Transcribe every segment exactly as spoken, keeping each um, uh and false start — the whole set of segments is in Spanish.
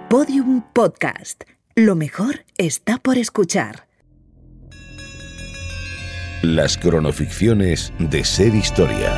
Podium Podcast. Lo mejor está por escuchar. Las cronoficciones de Ser Historia.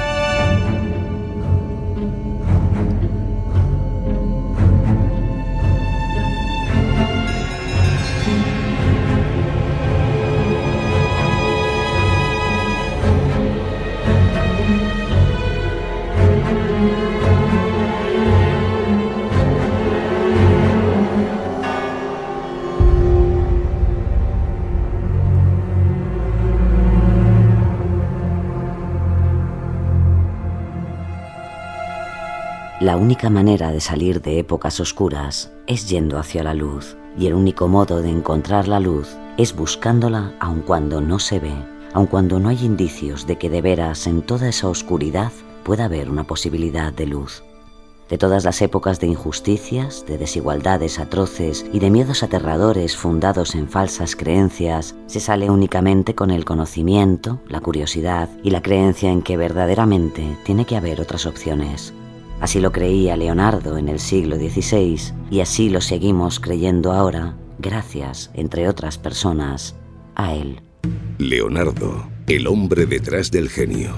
La única manera de salir de épocas oscuras es yendo hacia la luz, y el único modo de encontrar la luz es buscándola aun cuando no se ve, aun cuando no hay indicios de que de veras en toda esa oscuridad pueda haber una posibilidad de luz. De todas las épocas de injusticias, de desigualdades atroces y de miedos aterradores fundados en falsas creencias, se sale únicamente con el conocimiento, la curiosidad y la creencia en que verdaderamente tiene que haber otras opciones. Así lo creía Leonardo en el siglo dieciséis y así lo seguimos creyendo ahora, gracias, entre otras personas, a él. Leonardo, el hombre detrás del genio.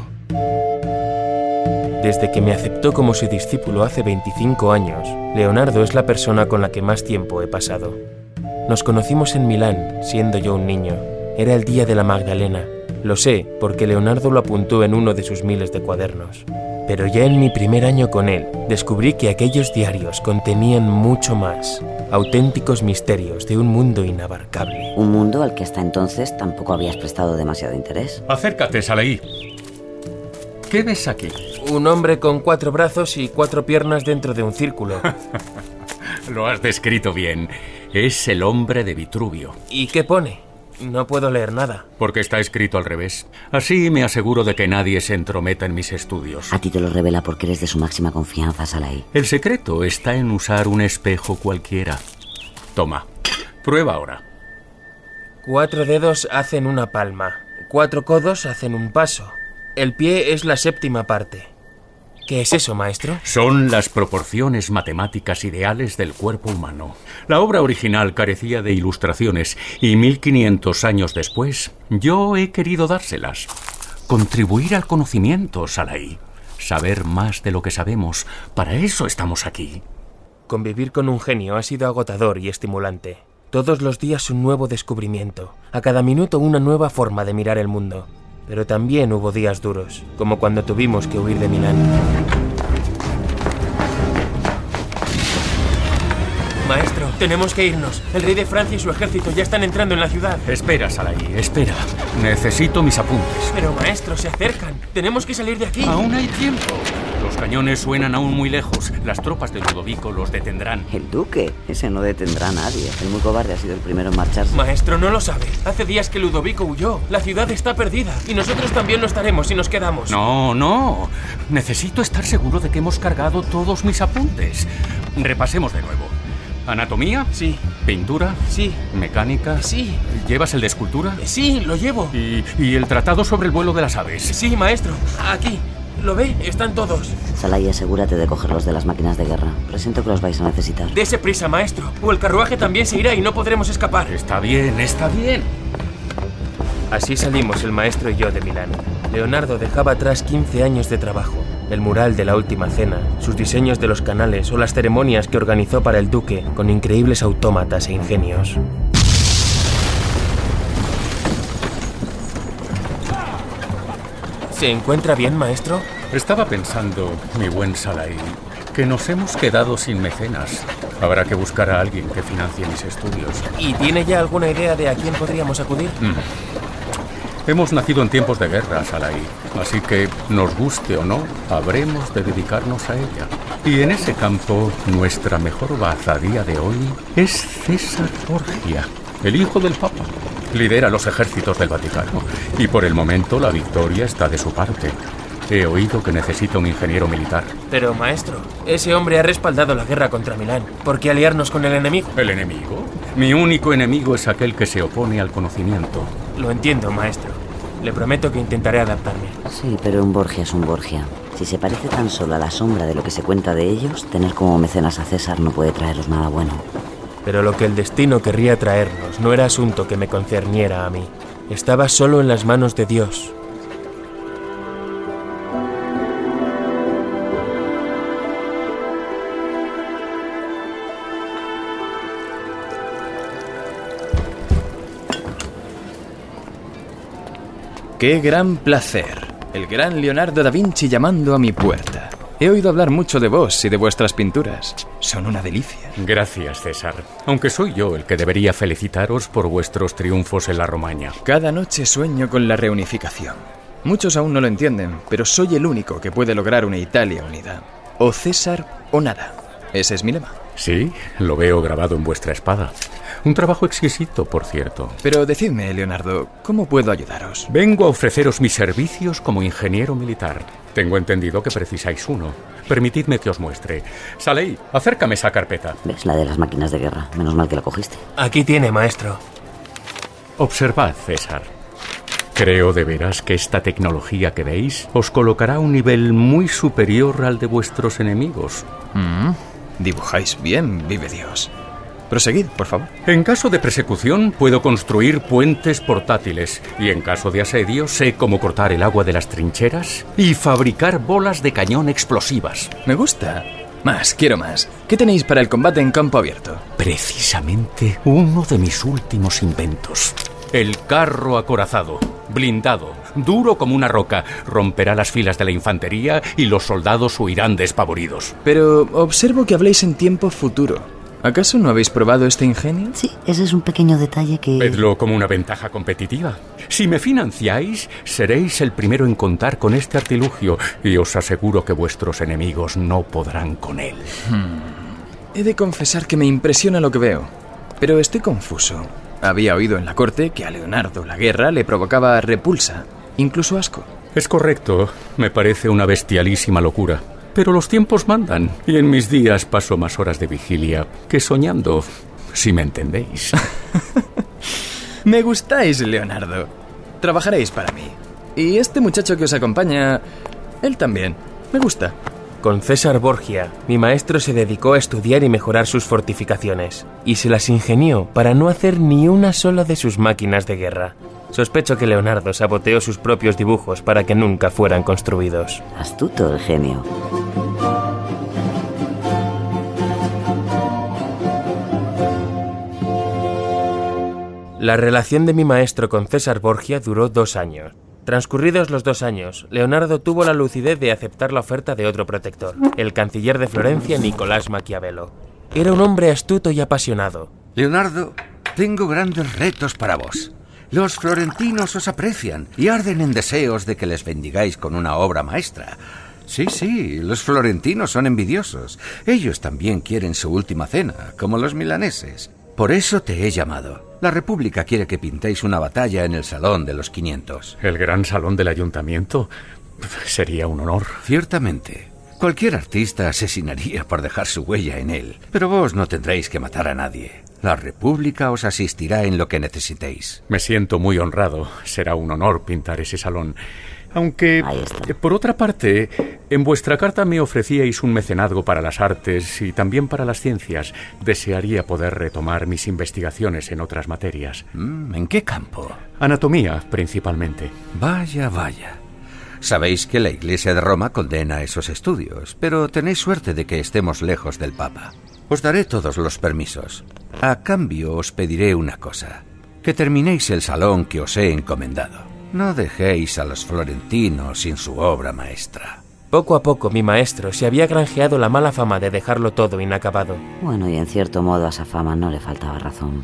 Desde que me aceptó como su discípulo hace veinticinco años, Leonardo es la persona con la que más tiempo he pasado. Nos conocimos en Milán, siendo yo un niño. Era el día de la Magdalena. Lo sé, porque Leonardo lo apuntó en uno de sus miles de cuadernos. Pero ya en mi primer año con él, descubrí que aquellos diarios contenían mucho más, auténticos misterios de un mundo inabarcable. Un mundo al que hasta entonces tampoco habías prestado demasiado interés. Acércate, Saleí. ¿Qué ves aquí? Un hombre con cuatro brazos y cuatro piernas dentro de un círculo. Lo has descrito bien. Es el hombre de Vitruvio. ¿Y qué pone? No puedo leer nada. Porque está escrito al revés. Así me aseguro de que nadie se entrometa en mis estudios. A ti te lo revela porque eres de su máxima confianza, Saleí. El secreto está en usar un espejo cualquiera. Toma, prueba ahora. Cuatro dedos hacen una palma. Cuatro codos hacen un paso. El pie es la séptima parte. ¿Qué es eso, maestro? Son las proporciones matemáticas ideales del cuerpo humano. La obra original carecía de ilustraciones y mil quinientos años después yo he querido dárselas. Contribuir al conocimiento, Saleí. Saber más de lo que sabemos. Para eso estamos aquí. Convivir con un genio ha sido agotador y estimulante. Todos los días un nuevo descubrimiento. A cada minuto una nueva forma de mirar el mundo. Pero también hubo días duros, como cuando tuvimos que huir de Milán. Maestro, tenemos que irnos. El rey de Francia y su ejército ya están entrando en la ciudad. Espera, Saleí, espera. Necesito mis apuntes. Pero, maestro, se acercan. Tenemos que salir de aquí. Aún hay tiempo. Los cañones suenan aún muy lejos. Las tropas de Ludovico los detendrán. ¿El duque? Ese no detendrá a nadie. El muy cobarde ha sido el primero en marcharse. Maestro, no lo sabe. Hace días que Ludovico huyó. La ciudad está perdida. Y nosotros también lo estaremos si nos quedamos. No, no. Necesito estar seguro de que hemos cargado todos mis apuntes. Repasemos de nuevo. ¿Anatomía? Sí. ¿Pintura? Sí. ¿Mecánica? Sí. ¿Llevas el de escultura? Sí, lo llevo. ¿Y, y el tratado sobre el vuelo de las aves? Sí, maestro. Aquí. ¿Lo ve? Están todos. Saleí, asegúrate de cogerlos de las máquinas de guerra. Presiento que los vais a necesitar. Dese prisa, maestro, o el carruaje también se irá y no podremos escapar. Está bien, está bien. Así salimos el maestro y yo de Milán. Leonardo dejaba atrás quince años de trabajo. El mural de la última cena, sus diseños de los canales o las ceremonias que organizó para el duque con increíbles autómatas e ingenios. ¿Se encuentra bien, maestro? Estaba pensando, mi buen Saleí, que nos hemos quedado sin mecenas. Habrá que buscar a alguien que financie mis estudios. ¿Y tiene ya alguna idea de a quién podríamos acudir? Mm. Hemos nacido en tiempos de guerra, Saleí, así que, nos guste o no, habremos de dedicarnos a ella. Y en ese campo, nuestra mejor baza a día de hoy es César Borgia, el hijo del Papa. Lidera los ejércitos del Vaticano y por el momento la victoria está de su parte. He oído que necesita un ingeniero militar. Pero, maestro, ese hombre ha respaldado la guerra contra Milán. ¿Por qué aliarnos con el enemigo? ¿El enemigo? Mi único enemigo es aquel que se opone al conocimiento. Lo entiendo, maestro. Le prometo que intentaré adaptarme. Sí, pero un Borgia es un Borgia. Si se parece tan solo a la sombra de lo que se cuenta de ellos, tener como mecenas a César no puede traeros nada bueno. Pero lo que el destino querría traernos no era asunto que me concerniera a mí. Estaba solo en las manos de Dios. ¡Qué gran placer! El gran Leonardo da Vinci llamando a mi puerta. He oído hablar mucho de vos y de vuestras pinturas. Son una delicia. Gracias, César. Aunque soy yo el que debería felicitaros por vuestros triunfos en la Romaña. Cada noche sueño con la reunificación. Muchos aún no lo entienden, pero soy el único que puede lograr una Italia unida. O César o nada. Ese es mi lema. Sí, lo veo grabado en vuestra espada. Un trabajo exquisito, por cierto. Pero decidme, Leonardo, ¿cómo puedo ayudaros? Vengo a ofreceros mis servicios como ingeniero militar. Tengo entendido que precisáis uno. Permitidme que os muestre. Salei, acércame esa carpeta. ¿Ves? La de las máquinas de guerra. Menos mal que la cogiste. Aquí tiene, maestro. Observad, César. Creo de veras que esta tecnología que veis os colocará a un nivel muy superior al de vuestros enemigos. Mm, dibujáis bien, vive Dios. Proseguid, por favor. En caso de persecución, puedo construir puentes portátiles. Y en caso de asedio, sé cómo cortar el agua de las trincheras y fabricar bolas de cañón explosivas. Me gusta. Más, quiero más. ¿Qué tenéis para el combate en campo abierto? Precisamente uno de mis últimos inventos. El carro acorazado, blindado, duro como una roca. Romperá las filas de la infantería y los soldados huirán despavoridos. Pero observo que habléis en tiempo futuro. ¿Acaso no habéis probado este ingenio? Sí, ese es un pequeño detalle que... Vedlo como una ventaja competitiva. Si me financiáis, seréis el primero en contar con este artilugio y os aseguro que vuestros enemigos no podrán con él. Hmm. He de confesar que me impresiona lo que veo, pero estoy confuso. Había oído en la corte que a Leonardo la guerra le provocaba repulsa, incluso asco. Es correcto, me parece una bestialísima locura. Pero los tiempos mandan, y en mis días paso más horas de vigilia que soñando, si me entendéis. Me gustáis, Leonardo. Trabajaréis para mí. Y este muchacho que os acompaña, él también. Me gusta. Con César Borgia, mi maestro se dedicó a estudiar y mejorar sus fortificaciones, y se las ingenió para no hacer ni una sola de sus máquinas de guerra. Sospecho que Leonardo saboteó sus propios dibujos para que nunca fueran construidos. Astuto el genio. La relación de mi maestro con César Borgia duró dos años. Transcurridos los dos años, Leonardo tuvo la lucidez de aceptar la oferta de otro protector, el canciller de Florencia, Nicolás Maquiavelo. Era un hombre astuto y apasionado. Leonardo, tengo grandes retos para vos. Los florentinos os aprecian y arden en deseos de que les bendigáis con una obra maestra. Sí, sí, los florentinos son envidiosos. Ellos también quieren su última cena, como los milaneses. Por eso te he llamado. La República quiere que pintéis una batalla en el Salón de los quinientos. ¿El gran salón del ayuntamiento? Sería un honor. Ciertamente. Cualquier artista asesinaría por dejar su huella en él. Pero vos no tendréis que matar a nadie. La República os asistirá en lo que necesitéis. Me siento muy honrado. Será un honor pintar ese salón. Aunque, por otra parte, en vuestra carta me ofrecíais un mecenazgo para las artes y también para las ciencias. Desearía poder retomar mis investigaciones en otras materias. Mm, ¿En qué campo? Anatomía, principalmente. Vaya, vaya. Sabéis que la Iglesia de Roma condena esos estudios, pero tenéis suerte de que estemos lejos del Papa. Os daré todos los permisos. A cambio os pediré una cosa. Que terminéis el salón que os he encomendado. No dejéis a los florentinos sin su obra maestra. Poco a poco mi maestro se había granjeado la mala fama de dejarlo todo inacabado. Bueno, y en cierto modo a esa fama no le faltaba razón.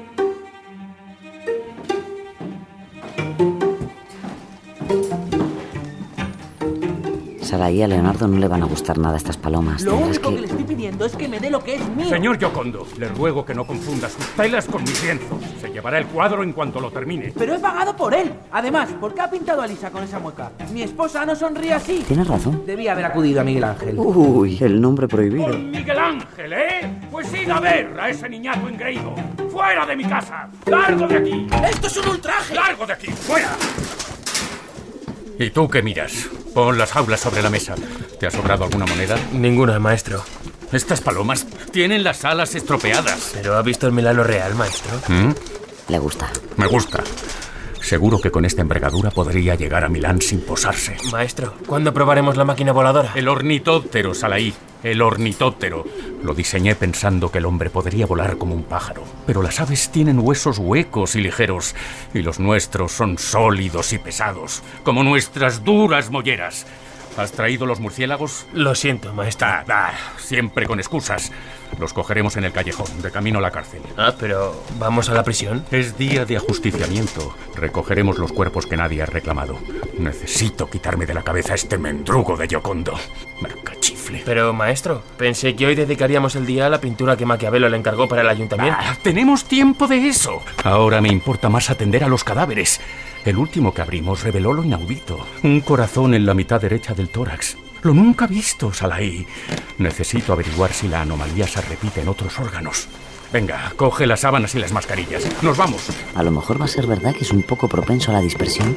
Sara, y a Leonardo no le van a gustar nada estas palomas. Lo Tendrás único que... que le estoy pidiendo es que me dé lo que es mío. Señor Giocondo, le ruego que no confunda sus telas con mis lienzos. Se llevará el cuadro en cuanto lo termine. Pero he pagado por él. Además, ¿por qué ha pintado a Lisa con esa mueca? Mi esposa no sonríe así. Tienes razón. Debía haber acudido a Miguel Ángel. Uy, el nombre prohibido. ¡Por Miguel Ángel, eh! Pues id a ver a ese niñato engreído. ¡Fuera de mi casa! ¡Largo de aquí! ¡Esto es un ultraje! ¡Largo de aquí! ¡Fuera! ¿Y tú qué miras? Pon las jaulas sobre la mesa. ¿Te ha sobrado alguna moneda? Ninguna, maestro. Estas palomas tienen las alas estropeadas. ¿Pero ha visto el Milano real, maestro? ¿Mm? Le gusta. Me gusta. Seguro que con esta envergadura podría llegar a Milán sin posarse. Maestro, ¿cuándo probaremos la máquina voladora? El ornitóptero, Salaí. El ornitóptero. Lo diseñé pensando que el hombre podría volar como un pájaro. Pero las aves tienen huesos huecos y ligeros. Y los nuestros son sólidos y pesados, como nuestras duras molleras. ¿Has traído los murciélagos? Lo siento, maestro. Ah, ah, siempre con excusas. Los cogeremos en el callejón, de camino a la cárcel. Ah, pero ¿vamos a la prisión? Es día de ajusticiamiento. Recogeremos los cuerpos que nadie ha reclamado. Necesito quitarme de la cabeza este mendrugo de Giocondo. Mercachifle. Pero, maestro, pensé que hoy dedicaríamos el día a la pintura que Maquiavelo le encargó para el ayuntamiento. Ah, ¡tenemos tiempo de eso! Ahora me importa más atender a los cadáveres. El último que abrimos reveló lo inaudito. Un corazón en la mitad derecha del tórax. Lo nunca visto, Salaí. Necesito averiguar si la anomalía se repite en otros órganos. Venga, coge las sábanas y las mascarillas. ¡Nos vamos! A lo mejor va a ser verdad que es un poco propenso a la dispersión.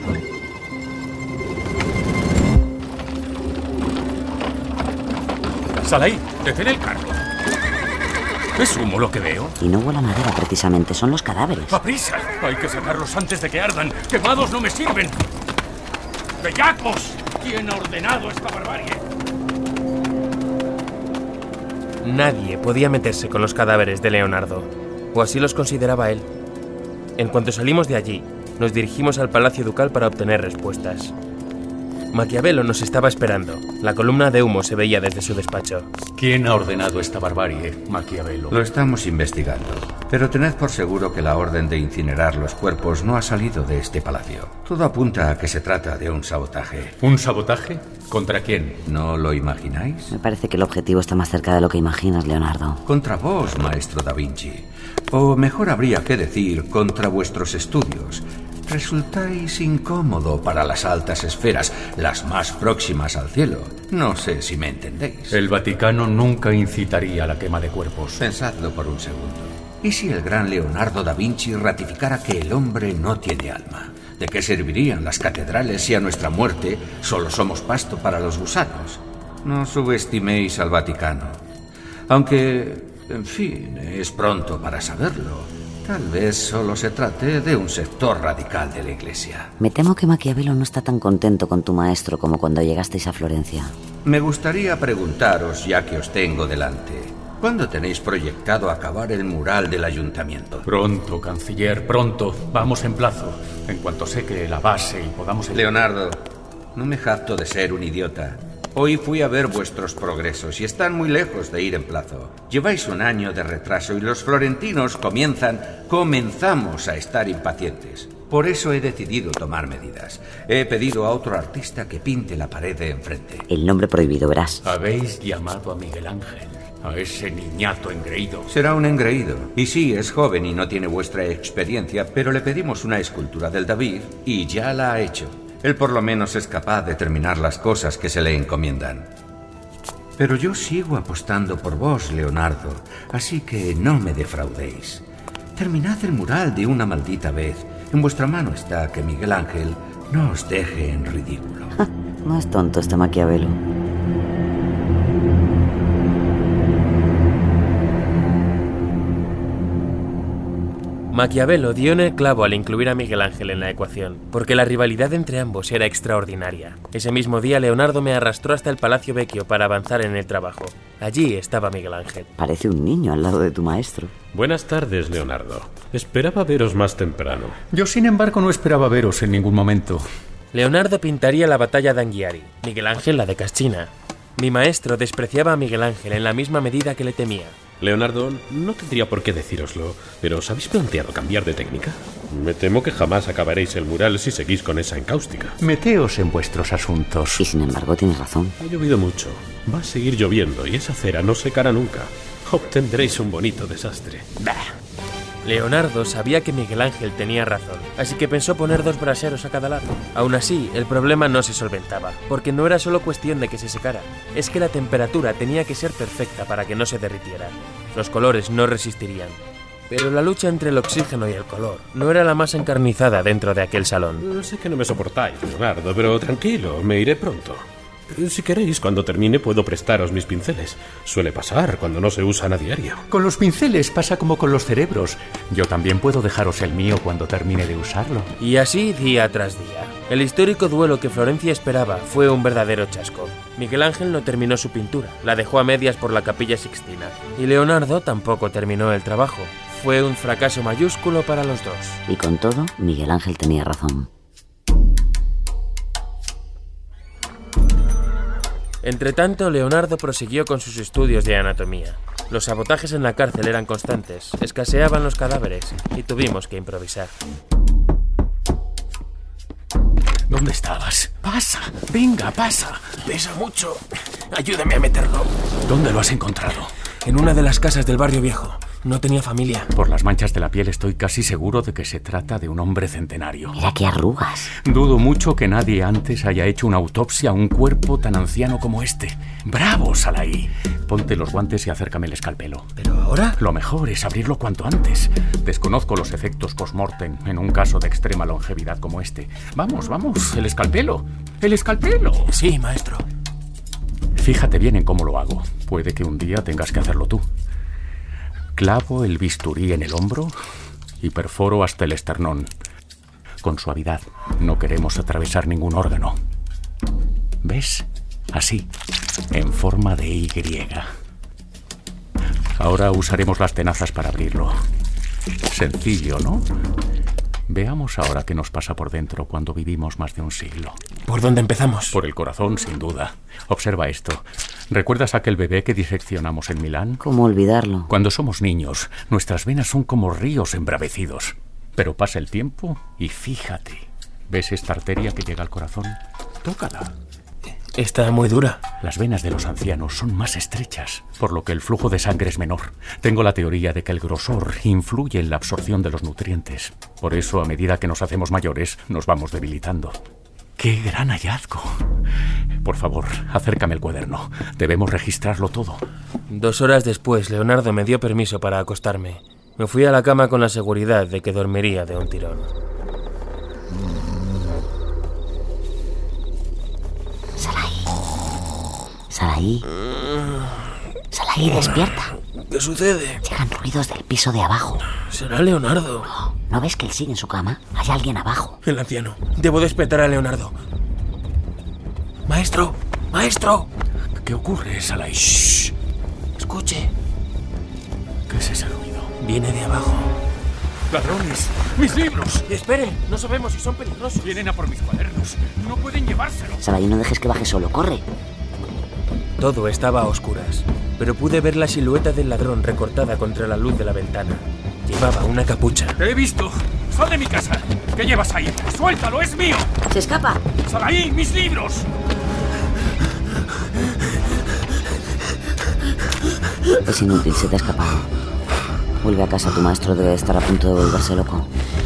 Salaí, detén el carro. ¿Es humo lo que veo? Y no huele a madera, precisamente. Son los cadáveres. ¡A prisa! Hay que sacarlos antes de que ardan. ¡Quemados no me sirven! ¡Bellacos! ¿Quién ha ordenado esta barbarie? Nadie podía meterse con los cadáveres de Leonardo, o así los consideraba él. En cuanto salimos de allí, nos dirigimos al Palacio Ducal para obtener respuestas. Maquiavelo nos estaba esperando. La columna de humo se veía desde su despacho. ¿Quién ha ordenado esta barbarie, Maquiavelo? Lo estamos investigando, pero tened por seguro que la orden de incinerar los cuerpos no ha salido de este palacio. Todo apunta a que se trata de un sabotaje. ¿Un sabotaje? ¿Contra quién? ¿No lo imagináis? Me parece que el objetivo está más cerca de lo que imaginas, Leonardo. Contra vos, maestro da Vinci. O mejor habría que decir, contra vuestros estudios. Resultáis incómodo para las altas esferas, las más próximas al cielo. No sé si me entendéis. El Vaticano nunca incitaría a la quema de cuerpos. Pensadlo por un segundo. ¿Y si el gran Leonardo da Vinci ratificara que el hombre no tiene alma? ¿De qué servirían las catedrales si a nuestra muerte solo somos pasto para los gusanos? No subestiméis al Vaticano. Aunque, en fin, es pronto para saberlo. Tal vez solo se trate de un sector radical de la Iglesia. Me temo que Maquiavelo no está tan contento con tu maestro como cuando llegasteis a Florencia. Me gustaría preguntaros, ya que os tengo delante, ¿cuándo tenéis proyectado acabar el mural del ayuntamiento? Pronto, canciller, pronto. Vamos en plazo. En cuanto seque la base y podamos... Leonardo, no me jacto de ser un idiota. Hoy fui a ver vuestros progresos y están muy lejos de ir en plazo. Lleváis un año de retraso y los florentinos comienzan, comenzamos a estar impacientes. Por eso he decidido tomar medidas. He pedido a otro artista que pinte la pared de enfrente. El nombre prohibido, verás. Habéis llamado a Miguel Ángel, a ese niñato engreído. Será un engreído. Y sí, es joven y no tiene vuestra experiencia, pero le pedimos una escultura del David y ya la ha hecho. Él por lo menos es capaz de terminar las cosas que se le encomiendan. Pero yo sigo apostando por vos, Leonardo, así que no me defraudéis. Terminad el mural de una maldita vez. En vuestra mano está que Miguel Ángel no os deje en ridículo. No es tonto este Maquiavelo. Maquiavelo dio en el clavo al incluir a Miguel Ángel en la ecuación, porque la rivalidad entre ambos era extraordinaria. Ese mismo día Leonardo me arrastró hasta el Palacio Vecchio para avanzar en el trabajo. Allí estaba Miguel Ángel. Parece un niño al lado de tu maestro. Buenas tardes, Leonardo. Esperaba veros más temprano. Yo, sin embargo, no esperaba veros en ningún momento. Leonardo pintaría la batalla de Anghiari, Miguel Ángel la de Cascina. Mi maestro despreciaba a Miguel Ángel en la misma medida que le temía. Leonardo, no tendría por qué decíroslo, pero ¿os habéis planteado cambiar de técnica? Me temo que jamás acabaréis el mural si seguís con esa encáustica. Meteos en vuestros asuntos. Y sin embargo tienes razón. Ha llovido mucho. Va a seguir lloviendo y esa cera no secará nunca. Obtendréis un bonito desastre. Bah. Leonardo sabía que Miguel Ángel tenía razón, así que pensó poner dos braseros a cada lado. Aún así, el problema no se solventaba, porque no era solo cuestión de que se secara, es que la temperatura tenía que ser perfecta para que no se derritiera. Los colores no resistirían. Pero la lucha entre el oxígeno y el color no era la más encarnizada dentro de aquel salón. Sé que no me soportáis, Leonardo, pero tranquilo, me iré pronto. Si queréis, cuando termine puedo prestaros mis pinceles. Suele pasar cuando no se usan a diario. Con los pinceles pasa como con los cerebros. Yo también puedo dejaros el mío cuando termine de usarlo. Y así día tras día. El histórico duelo que Florencia esperaba fue un verdadero chasco. Miguel Ángel no terminó su pintura, la dejó a medias por la Capilla Sixtina. Y Leonardo tampoco terminó el trabajo. Fue un fracaso mayúsculo para los dos. Y con todo, Miguel Ángel tenía razón. Entretanto, Leonardo prosiguió con sus estudios de anatomía. Los sabotajes en la cárcel eran constantes, escaseaban los cadáveres y tuvimos que improvisar. ¿Dónde estabas? Pasa, venga, pasa. Pesa mucho. Ayúdame a meterlo. ¿Dónde lo has encontrado? En una de las casas del barrio viejo. No tenía familia. Por las manchas de la piel estoy casi seguro de que se trata de un hombre centenario. Mira qué arrugas. Dudo mucho que nadie antes haya hecho una autopsia a un cuerpo tan anciano como este. ¡Bravo, Salaí! Ponte los guantes y acércame el escalpelo. ¿Pero ahora? Lo mejor es abrirlo cuanto antes. Desconozco los efectos post-mortem en un caso de extrema longevidad como este. Vamos, vamos, el escalpelo. ¡El escalpelo! Sí, maestro. Fíjate bien en cómo lo hago. Puede que un día tengas que hacerlo tú. Clavo el bisturí en el hombro y perforo hasta el esternón. Con suavidad. No queremos atravesar ningún órgano. ¿Ves? Así, en forma de Y. Ahora usaremos las tenazas para abrirlo. Sencillo, ¿no? Veamos ahora qué nos pasa por dentro cuando vivimos más de un siglo. ¿Por dónde empezamos? Por el corazón, sin duda. Observa esto. ¿Recuerdas aquel bebé que diseccionamos en Milán? ¿Cómo olvidarlo? Cuando somos niños, nuestras venas son como ríos embravecidos. Pero pasa el tiempo y fíjate. ¿Ves esta arteria que llega al corazón? Tócala. Está muy dura. Las venas de los ancianos son más estrechas, por lo que el flujo de sangre es menor. Tengo la teoría de que el grosor influye en la absorción de los nutrientes. Por eso, a medida que nos hacemos mayores, nos vamos debilitando. ¡Qué gran hallazgo! Por favor, acércame el cuaderno. Debemos registrarlo todo. Dos horas después, Leonardo me dio permiso para acostarme. Me fui a la cama con la seguridad de que dormiría de un tirón. Salaí. Salaí. Salaí, despierta. ¿Qué sucede? Llegan ruidos del piso de abajo. ¿Será Leonardo? No, ¿no ves que él sigue en su cama? Hay alguien abajo. El anciano. Debo despertar a Leonardo. ¡Maestro! ¡Maestro! ¿Qué ocurre, Salaí? ¡Shh! Escuche. ¿Qué es ese ruido? Viene de abajo. ¡Ladrones! ¡Mis libros! Esperen, no sabemos si son peligrosos. Vienen a por mis cuadernos. No pueden llevárselo. Salaí, no dejes que baje solo. ¡Corre! Todo estaba a oscuras, pero pude ver la silueta del ladrón recortada contra la luz de la ventana. Llevaba una capucha. ¡Te he visto! ¡Sal de mi casa! ¿Qué llevas ahí? ¡Suéltalo! ¡Es mío! ¡Se escapa! ¡Salaí! ¡Mis libros! Es inútil, se te ha escapado. Vuelve a casa, tu maestro debe estar a punto de volverse loco.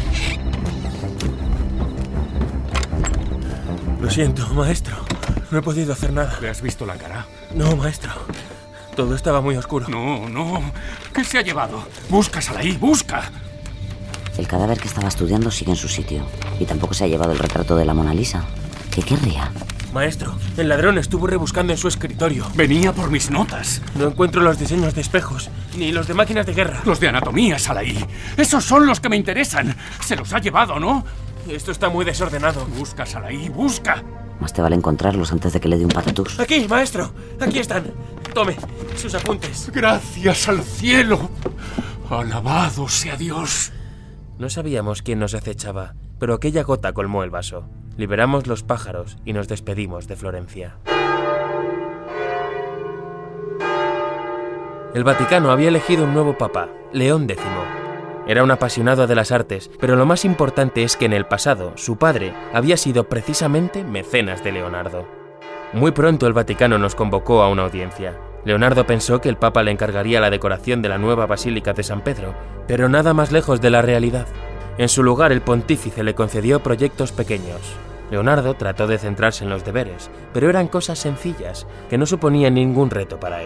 Lo siento, maestro. No he podido hacer nada. ¿Le has visto la cara? No, maestro. Todo estaba muy oscuro. No, no. ¿Qué se ha llevado? Busca, Salaí, busca. El cadáver que estaba estudiando sigue en su sitio. Y tampoco se ha llevado el retrato de la Mona Lisa. ¿Qué querría? Maestro, el ladrón estuvo rebuscando en su escritorio. Venía por mis notas. No encuentro los diseños de espejos, ni los de máquinas de guerra. Los de anatomía, Salaí. Esos son los que me interesan. Se los ha llevado, ¿no? Esto está muy desordenado. Busca, Salaí, busca. Más te vale encontrarlos antes de que le dé un patatús. Aquí, maestro. Aquí están. Tome, sus apuntes. Gracias al cielo. Alabado sea Dios. No sabíamos quién nos acechaba, pero aquella gota colmó el vaso. Liberamos los pájaros y nos despedimos de Florencia. El Vaticano había elegido un nuevo papa, León décimo. Era un apasionado de las artes, pero lo más importante es que en el pasado, su padre había sido precisamente mecenas de Leonardo. Muy pronto el Vaticano nos convocó a una audiencia. Leonardo pensó que el Papa le encargaría la decoración de la nueva Basílica de San Pedro, pero nada más lejos de la realidad. En su lugar, el pontífice le concedió proyectos pequeños. Leonardo trató de centrarse en los deberes, pero eran cosas sencillas, que no suponían ningún reto para él.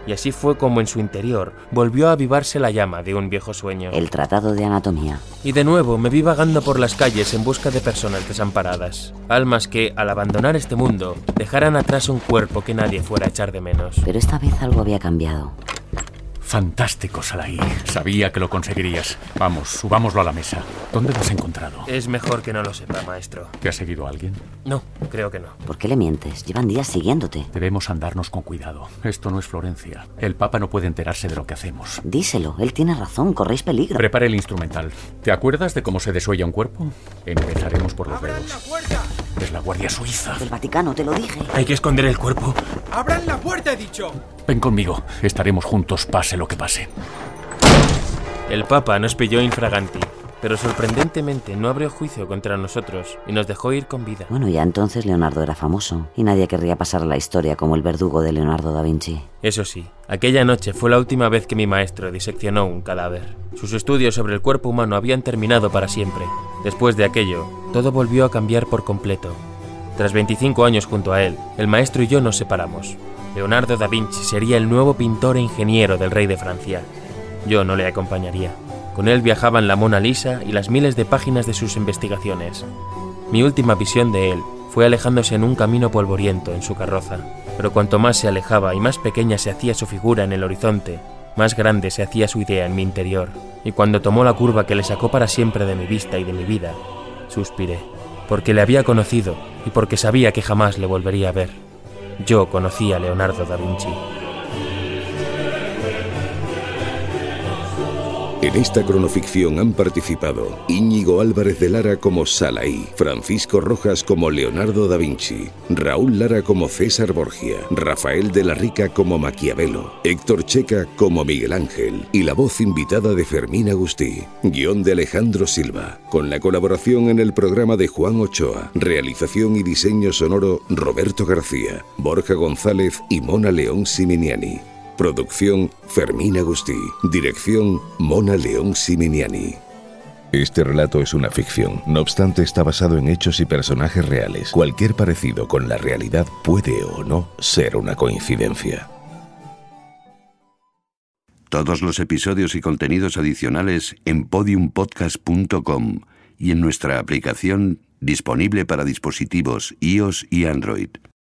y así fue como en su interior volvió a avivarse la llama de un viejo sueño. El Tratado de Anatomía. Y de nuevo me vi vagando por las calles en busca de personas desamparadas, almas que, al abandonar este mundo, dejaran atrás un cuerpo que nadie fuera a echar de menos. Pero esta vez algo había cambiado. Fantástico, Salaí. Sabía que lo conseguirías. Vamos, subámoslo a la mesa. ¿Dónde lo has encontrado? Es mejor que no lo sepa, maestro. ¿Te ha seguido alguien? No, creo que no. ¿Por qué le mientes? Llevan días siguiéndote. Debemos andarnos con cuidado. Esto no es Florencia. El Papa no puede enterarse de lo que hacemos. Díselo, él tiene razón, corréis peligro. Prepara el instrumental. ¿Te acuerdas de cómo se desuella un cuerpo? Empezaremos por los dedos. La puerta! Es la Guardia Suiza. Del Vaticano, te lo dije. Hay que esconder el cuerpo. ¡Abran la puerta, he dicho! Ven conmigo. Estaremos juntos, pase lo que pase. El Papa nos pilló infraganti, pero sorprendentemente no abrió juicio contra nosotros y nos dejó ir con vida. Bueno, ya entonces Leonardo era famoso y nadie querría pasar a la historia como el verdugo de Leonardo da Vinci. Eso sí, aquella noche fue la última vez que mi maestro diseccionó un cadáver. Sus estudios sobre el cuerpo humano habían terminado para siempre. Después de aquello, todo volvió a cambiar por completo. Tras veinticinco años junto a él, el maestro y yo nos separamos. Leonardo da Vinci sería el nuevo pintor e ingeniero del rey de Francia. Yo no le acompañaría. Con él viajaban la Mona Lisa y las miles de páginas de sus investigaciones. Mi última visión de él fue alejándose en un camino polvoriento en su carroza. Pero cuanto más se alejaba y más pequeña se hacía su figura en el horizonte, más grande se hacía su idea en mi interior. Y cuando tomó la curva que le sacó para siempre de mi vista y de mi vida, suspiré. Porque le había conocido y porque sabía que jamás le volvería a ver. Yo conocí a Leonardo da Vinci. En esta cronoficción han participado Íñigo Álvarez de Lara como Salaí, Francisco Rojas como Leonardo da Vinci, Raúl Lara como César Borgia, Rafael de la Rica como Maquiavelo, Héctor Checa como Miguel Ángel y la voz invitada de Fermín Agustí. Guión de Alejandro Silva, con la colaboración en el programa de Juan Ochoa, realización y diseño sonoro Roberto García, Borja González y Mona León Siminiani. Producción Fermín Agustí. Dirección Mona León Siminiani. Este relato es una ficción, no obstante está basado en hechos y personajes reales. Cualquier parecido con la realidad puede o no ser una coincidencia. Todos los episodios y contenidos adicionales en podium podcast punto com y en nuestra aplicación disponible para dispositivos iOS y Android.